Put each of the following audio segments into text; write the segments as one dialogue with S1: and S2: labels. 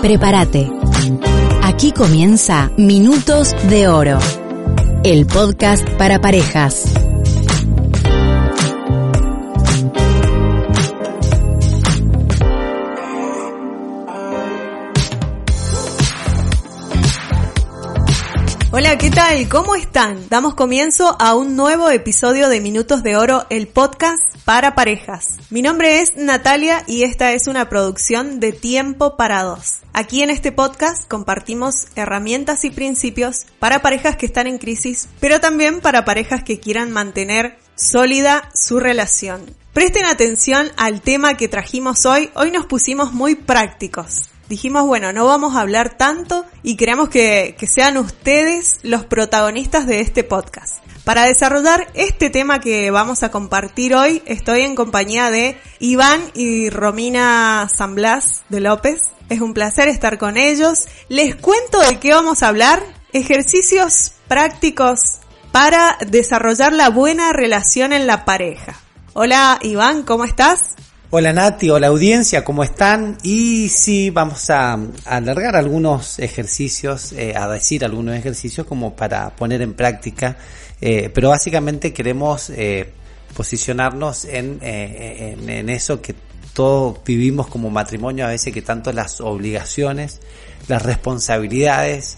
S1: Prepárate. Aquí comienza Minutos de Oro, el podcast para parejas.
S2: Hola, ¿qué tal? ¿Cómo están? Damos comienzo a un nuevo episodio de Minutos de Oro, el podcast para parejas. Mi nombre es Natalia y esta es una producción de Tiempo para Dos. Aquí en este podcast compartimos herramientas y principios para parejas que están en crisis, pero también para parejas que quieran mantener sólida su relación. Presten atención al tema que trajimos hoy. Hoy nos pusimos muy prácticos. Dijimos, bueno, no vamos a hablar tanto y queremos que sean ustedes los protagonistas de este podcast. Para desarrollar este tema que vamos a compartir hoy, estoy en compañía de Iván y Romina San Blas de López. Es un placer estar con ellos. Les cuento de qué vamos a hablar. Ejercicios prácticos para desarrollar la buena relación en la pareja. Hola Iván, ¿cómo estás?
S3: Hola Nati, hola audiencia, ¿cómo están? Y sí, vamos a alargar algunos ejercicios, a decir algunos ejercicios como para poner en práctica, pero básicamente queremos posicionarnos en eso que todos vivimos como matrimonio, a veces que tanto las obligaciones, las responsabilidades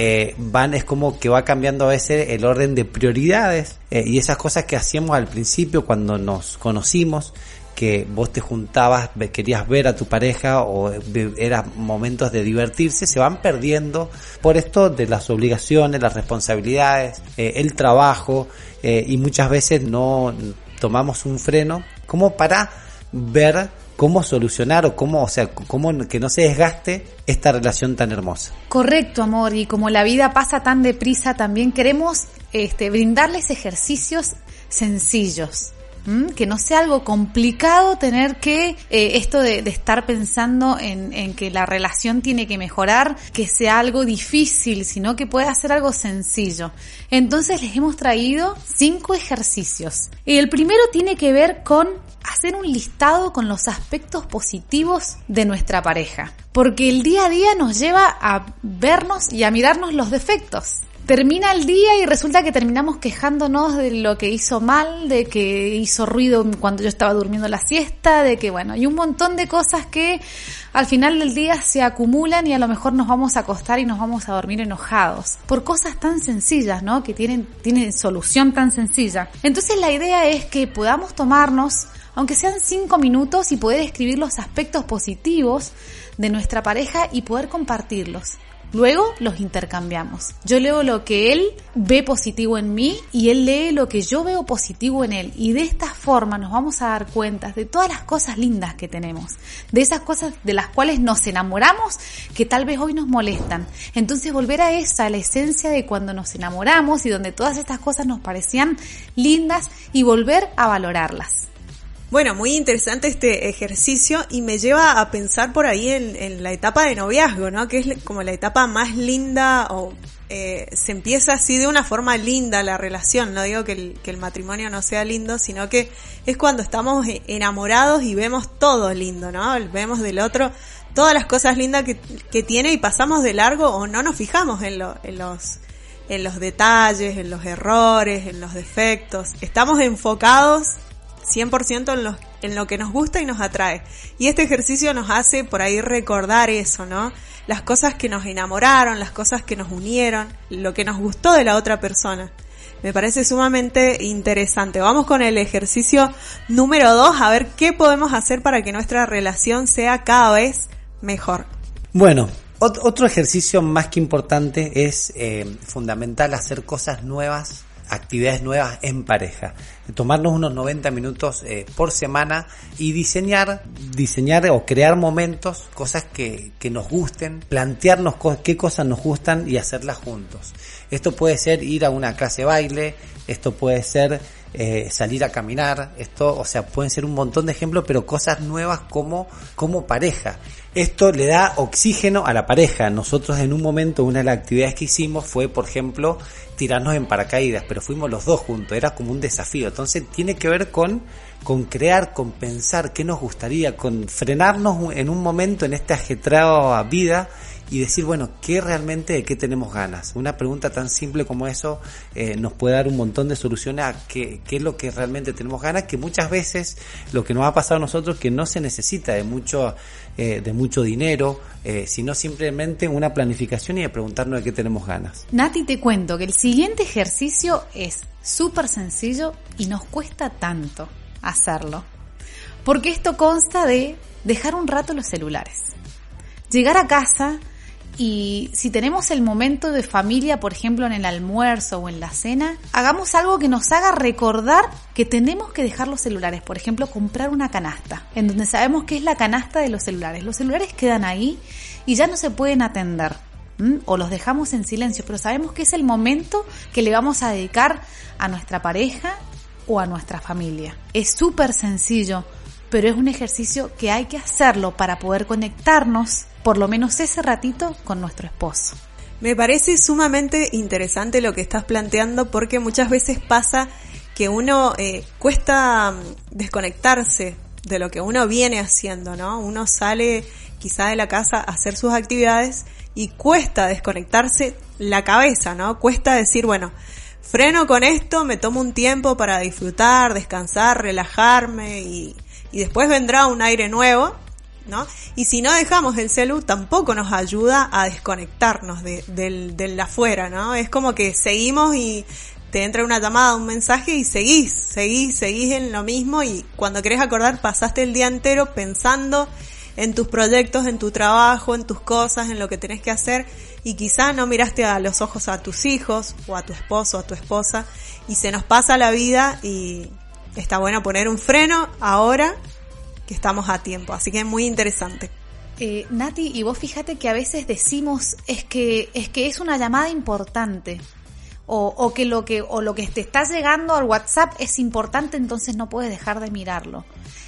S3: es como que va cambiando a veces el orden de prioridades, y esas cosas que hacíamos al principio cuando nos conocimos, que vos te juntabas, querías ver a tu pareja o eran momentos de divertirse, se van perdiendo por esto de las obligaciones, las responsabilidades, el trabajo, y muchas veces no tomamos un freno como para ver cómo solucionar o cómo que no se desgaste esta relación tan hermosa.
S4: Correcto, amor, y como la vida pasa tan deprisa, también queremos brindarles ejercicios sencillos. Que no sea algo complicado tener que esto de estar pensando en que la relación tiene que mejorar, que sea algo difícil, sino que pueda ser algo sencillo. Entonces les hemos traído 5 ejercicios. Y el primero tiene que ver con hacer un listado con los aspectos positivos de nuestra pareja, porque el día a día nos lleva a vernos y a mirarnos los defectos. Termina el día y resulta que terminamos quejándonos de lo que hizo mal, de que hizo ruido cuando yo estaba durmiendo la siesta, de que hay un montón de cosas que al final del día se acumulan y a lo mejor nos vamos a acostar y nos vamos a dormir enojados por cosas tan sencillas, ¿no? Que tienen solución tan sencilla. Entonces la idea es que podamos tomarnos, aunque sean 5 minutos, y poder escribir los aspectos positivos de nuestra pareja y poder compartirlos. Luego los intercambiamos. Yo leo lo que él ve positivo en mí y él lee lo que yo veo positivo en él. Y de esta forma nos vamos a dar cuenta de todas las cosas lindas que tenemos. De esas cosas de las cuales nos enamoramos que tal vez hoy nos molestan. Entonces volver a la esencia de cuando nos enamoramos y donde todas estas cosas nos parecían lindas y volver a valorarlas.
S2: Bueno, muy interesante este ejercicio y me lleva a pensar por ahí en la etapa de noviazgo, ¿no? Que es como la etapa más linda o se empieza así de una forma linda la relación. No digo que el matrimonio no sea lindo, sino que es cuando estamos enamorados y vemos todo lindo, ¿no? Vemos del otro todas las cosas lindas que tiene y pasamos de largo o no nos fijamos en los detalles, en los errores, en los defectos. Estamos enfocados 100% en lo que nos gusta y nos atrae. Y este ejercicio nos hace por ahí recordar eso, ¿no? Las cosas que nos enamoraron, las cosas que nos unieron, lo que nos gustó de la otra persona. Me parece sumamente interesante. Vamos con el ejercicio número 2, a ver qué podemos hacer para que nuestra relación sea cada vez mejor.
S3: Bueno, otro ejercicio más que importante es fundamental hacer cosas nuevas, actividades nuevas en pareja. Tomarnos unos 90 minutos por semana y diseñar o crear momentos, cosas que nos gusten, plantearnos qué cosas nos gustan y hacerlas juntos. Esto puede ser ir a una clase de baile, esto puede ser salir a caminar, pueden ser un montón de ejemplos, pero cosas nuevas como pareja. Esto le da oxígeno a la pareja. Nosotros en un momento, una de las actividades que hicimos fue, por ejemplo, tirarnos en paracaídas, pero fuimos los dos juntos, era como un desafío. Entonces tiene que ver con con crear, con pensar qué nos gustaría, con frenarnos en un momento en esta ajetreada vida y decir, bueno, ¿qué realmente de qué tenemos ganas? Una pregunta tan simple como eso nos puede dar un montón de soluciones a qué es lo que realmente tenemos ganas, que muchas veces lo que nos ha pasado a nosotros que no se necesita de mucho dinero, sino simplemente una planificación y de preguntarnos de qué tenemos ganas.
S4: Nati, te cuento que el siguiente ejercicio es súper sencillo y nos cuesta tanto hacerlo, porque esto consta de dejar un rato los celulares, llegar a casa y si tenemos el momento de familia, por ejemplo en el almuerzo o en la cena, hagamos algo que nos haga recordar que tenemos que dejar los celulares. Por ejemplo, comprar una canasta en donde sabemos que es la canasta de los celulares. Los celulares quedan ahí y ya no se pueden atender, o los dejamos en silencio, pero sabemos que es el momento que le vamos a dedicar a nuestra pareja o a nuestra familia. Es súper sencillo, pero es un ejercicio que hay que hacerlo para poder conectarnos por lo menos ese ratito con nuestro esposo.
S2: Me parece sumamente interesante lo que estás planteando, porque muchas veces pasa que uno cuesta desconectarse de lo que uno viene haciendo, ¿no? Uno sale quizá de la casa a hacer sus actividades y cuesta desconectarse la cabeza, ¿no? Cuesta decir, bueno, freno con esto, me tomo un tiempo para disfrutar, descansar, relajarme y después vendrá un aire nuevo, ¿no? Y si no dejamos el celu, tampoco nos ayuda a desconectarnos del afuera, ¿no? Es como que seguimos y te entra una llamada, un mensaje y seguís en lo mismo, y cuando querés acordar pasaste el día entero pensando en tus proyectos, en tu trabajo, en tus cosas, en lo que tenés que hacer, y quizá no miraste a los ojos a tus hijos o a tu esposo o a tu esposa, y se nos pasa la vida y está bueno poner un freno ahora que estamos a tiempo, así que es muy interesante.
S4: Nati, y vos fíjate que a veces decimos es que es una llamada importante, o que lo que te está llegando al WhatsApp es importante, entonces no puedes dejar de mirarlo.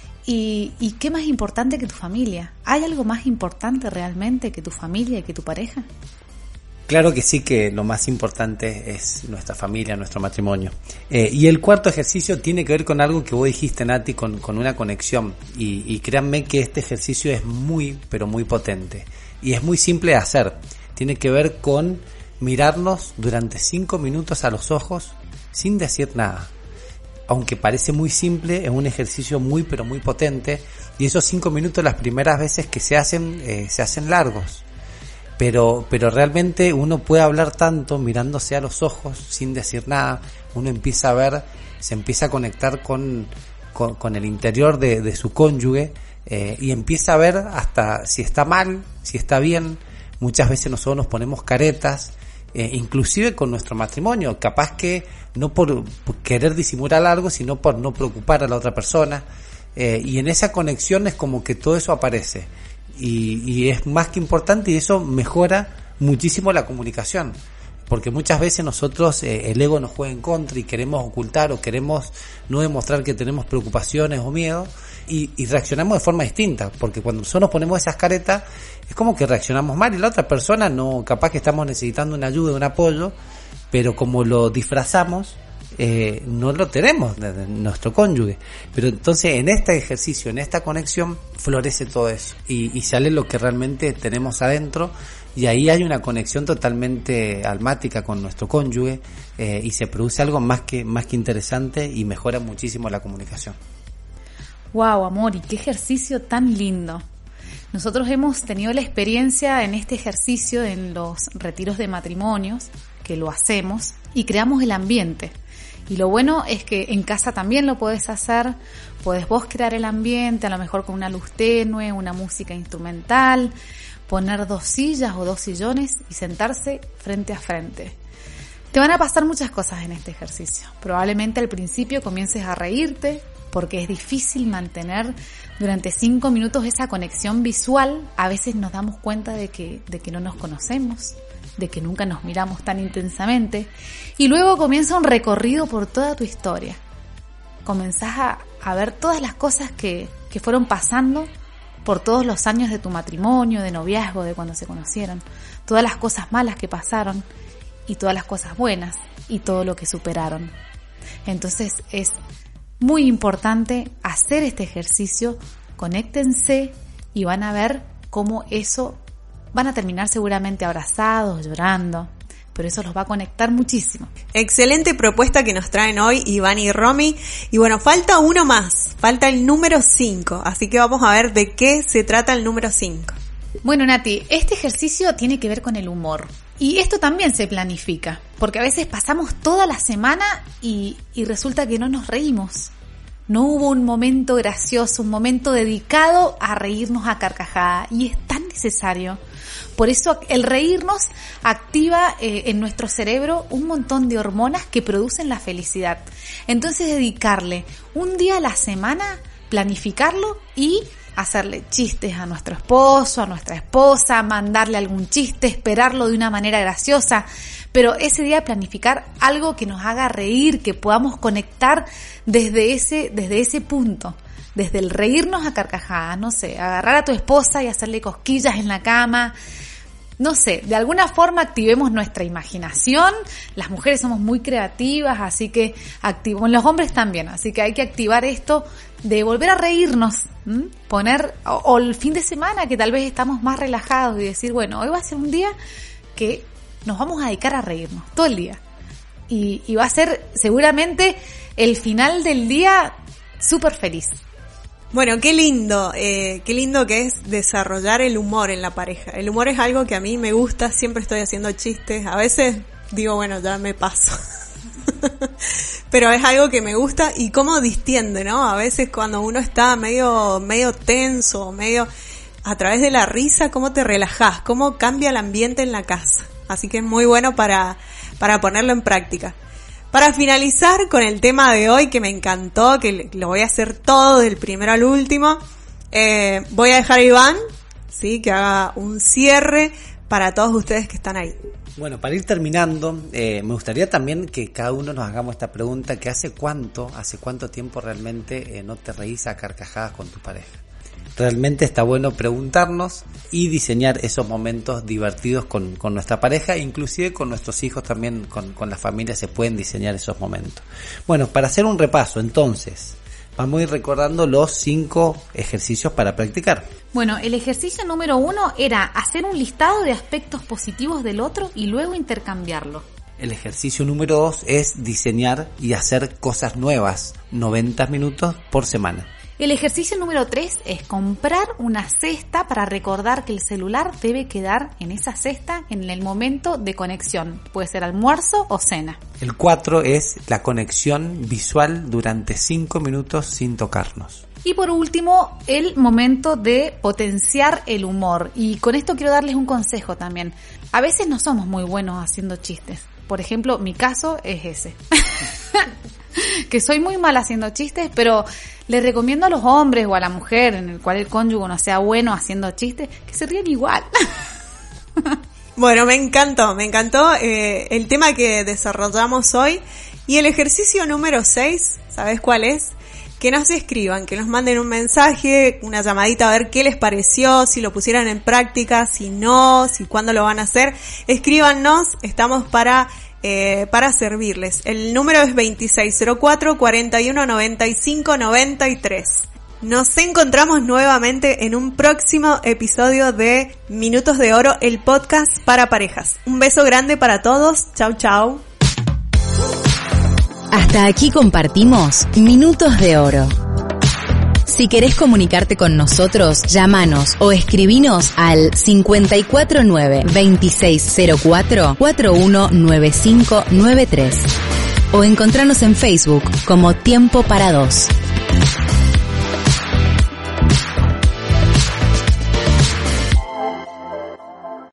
S4: ¿Y qué más importante que tu familia? ¿Hay algo más importante realmente que tu familia y que tu pareja?
S3: Claro que sí, que lo más importante es nuestra familia, nuestro matrimonio. Y el cuarto ejercicio tiene que ver con algo que vos dijiste, Nati, con una conexión. Y créanme que este ejercicio es muy, pero muy potente. Y es muy simple de hacer. Tiene que ver con mirarnos durante 5 minutos a los ojos sin decir nada. Aunque parece muy simple, es un ejercicio muy, pero muy potente. Y esos 5 minutos, las primeras veces que se hacen largos. Pero realmente uno puede hablar tanto mirándose a los ojos sin decir nada. Uno empieza a ver, se empieza a conectar con el interior de su cónyuge, y empieza a ver hasta si está mal, si está bien. Muchas veces nosotros nos ponemos caretas, inclusive con nuestro matrimonio, capaz que no por querer disimular algo, sino por no preocupar a la otra persona, y en esa conexión es como que todo eso aparece. Y es más que importante, y eso mejora muchísimo la comunicación, porque muchas veces nosotros el ego nos juega en contra y queremos ocultar o queremos no demostrar que tenemos preocupaciones o miedo, y reaccionamos de forma distinta, porque cuando nosotros nos ponemos esas caretas es como que reaccionamos mal y la otra persona no, capaz que estamos necesitando una ayuda, un apoyo, pero como lo disfrazamos, no lo tenemos de nuestro cónyuge. Pero entonces en este ejercicio, en esta conexión, florece todo eso y sale lo que realmente tenemos adentro, y ahí hay una conexión totalmente almática con nuestro cónyuge, y se produce algo más que interesante y mejora muchísimo la comunicación.
S4: Wow, amor, y qué ejercicio tan lindo. Nosotros hemos tenido la experiencia en este ejercicio en los retiros de matrimonios, que lo hacemos y creamos el ambiente. Y lo bueno es que en casa también lo podés hacer, podés vos crear el ambiente, a lo mejor con una luz tenue, una música instrumental, poner 2 sillas o 2 sillones y sentarse frente a frente. Te van a pasar muchas cosas en este ejercicio. Probablemente al principio comiences a reírte, porque es difícil mantener durante 5 minutos esa conexión visual. A veces nos damos cuenta de que no nos conocemos, de que nunca nos miramos tan intensamente, y luego comienza un recorrido por toda tu historia. Comenzás a ver todas las cosas que fueron pasando por todos los años de tu matrimonio, de noviazgo, de cuando se conocieron, todas las cosas malas que pasaron y todas las cosas buenas y todo lo que superaron. Entonces es muy importante hacer este ejercicio, conéctense y van a ver cómo eso, van a terminar seguramente abrazados, llorando, pero eso los va a conectar muchísimo.
S2: Excelente propuesta que nos traen hoy Iván y Romy. Y bueno, falta uno más, falta el número 5, así que vamos a ver de qué se trata el número 5.
S4: Bueno, Nati, este ejercicio tiene que ver con el humor. Y esto también se planifica, porque a veces pasamos toda la semana y resulta que no nos reímos. No hubo un momento gracioso, un momento dedicado a reírnos a carcajada. Y es tan necesario. Por eso el reírnos activa en nuestro cerebro un montón de hormonas que producen la felicidad. Entonces dedicarle un día a la semana, planificarlo y hacerle chistes a nuestro esposo, a nuestra esposa, mandarle algún chiste, esperarlo de una manera graciosa, pero ese día planificar algo que nos haga reír, que podamos conectar desde ese punto, desde el reírnos a carcajadas, no sé, agarrar a tu esposa y hacerle cosquillas en la cama, no sé, de alguna forma activemos nuestra imaginación. Las mujeres somos muy creativas, así que los hombres también, así que hay que activar esto de volver a reírnos, poner, o el fin de semana que tal vez estamos más relajados y decir, bueno, hoy va a ser un día que nos vamos a dedicar a reírnos todo el día. Y va a ser seguramente el final del día súper feliz.
S2: Bueno, qué lindo que es desarrollar el humor en la pareja. El humor es algo que a mí me gusta, siempre estoy haciendo chistes, a veces digo, bueno, ya me paso. Pero es algo que me gusta y cómo distiende, ¿no? A veces cuando uno está medio tenso, a través de la risa, cómo te relajás, cómo cambia el ambiente en la casa. Así que es muy bueno para ponerlo en práctica. Para finalizar con el tema de hoy, que me encantó, que lo voy a hacer todo del primero al último, voy a dejar a Iván, ¿sí? Que haga un cierre para todos ustedes que están ahí.
S3: Bueno, para ir terminando, me gustaría también que cada uno nos hagamos esta pregunta, que ¿hace cuánto tiempo realmente no te reís a carcajadas con tu pareja? Realmente está bueno preguntarnos y diseñar esos momentos divertidos con nuestra pareja, inclusive con nuestros hijos también, con la familia se pueden diseñar esos momentos. Bueno, para hacer un repaso entonces, vamos a ir recordando los 5 ejercicios para practicar.
S4: Bueno, el ejercicio número 1 era hacer un listado de aspectos positivos del otro y luego intercambiarlo.
S3: El ejercicio número 2 es diseñar y hacer cosas nuevas, 90 minutos por semana.
S4: El ejercicio número 3 es comprar una cesta para recordar que el celular debe quedar en esa cesta en el momento de conexión. Puede ser almuerzo o cena.
S3: El 4 es la conexión visual durante 5 minutos sin tocarnos.
S4: Y por último, el momento de potenciar el humor. Y con esto quiero darles un consejo también. A veces no somos muy buenos haciendo chistes. Por ejemplo, mi caso es ese. Que soy muy mal haciendo chistes, pero les recomiendo a los hombres o a la mujer en el cual el cónyuge no sea bueno haciendo chistes, que se ríen igual.
S2: Bueno, me encantó el tema que desarrollamos hoy. Y el ejercicio número 6, ¿sabes cuál es? Que nos escriban, que nos manden un mensaje, una llamadita a ver qué les pareció, si lo pusieran en práctica, si no, si cuándo lo van a hacer. Escríbanos, estamos para servirles. El número es 2604 41 95 93. Nos encontramos nuevamente en un próximo episodio de Minutos de Oro, el podcast para parejas. Un beso grande para todos. Chau, chau.
S1: Hasta aquí compartimos Minutos de Oro. Si querés comunicarte con nosotros, llámanos o escribinos al 549-2604-419593 o encontranos en Facebook como Tiempo para Dos.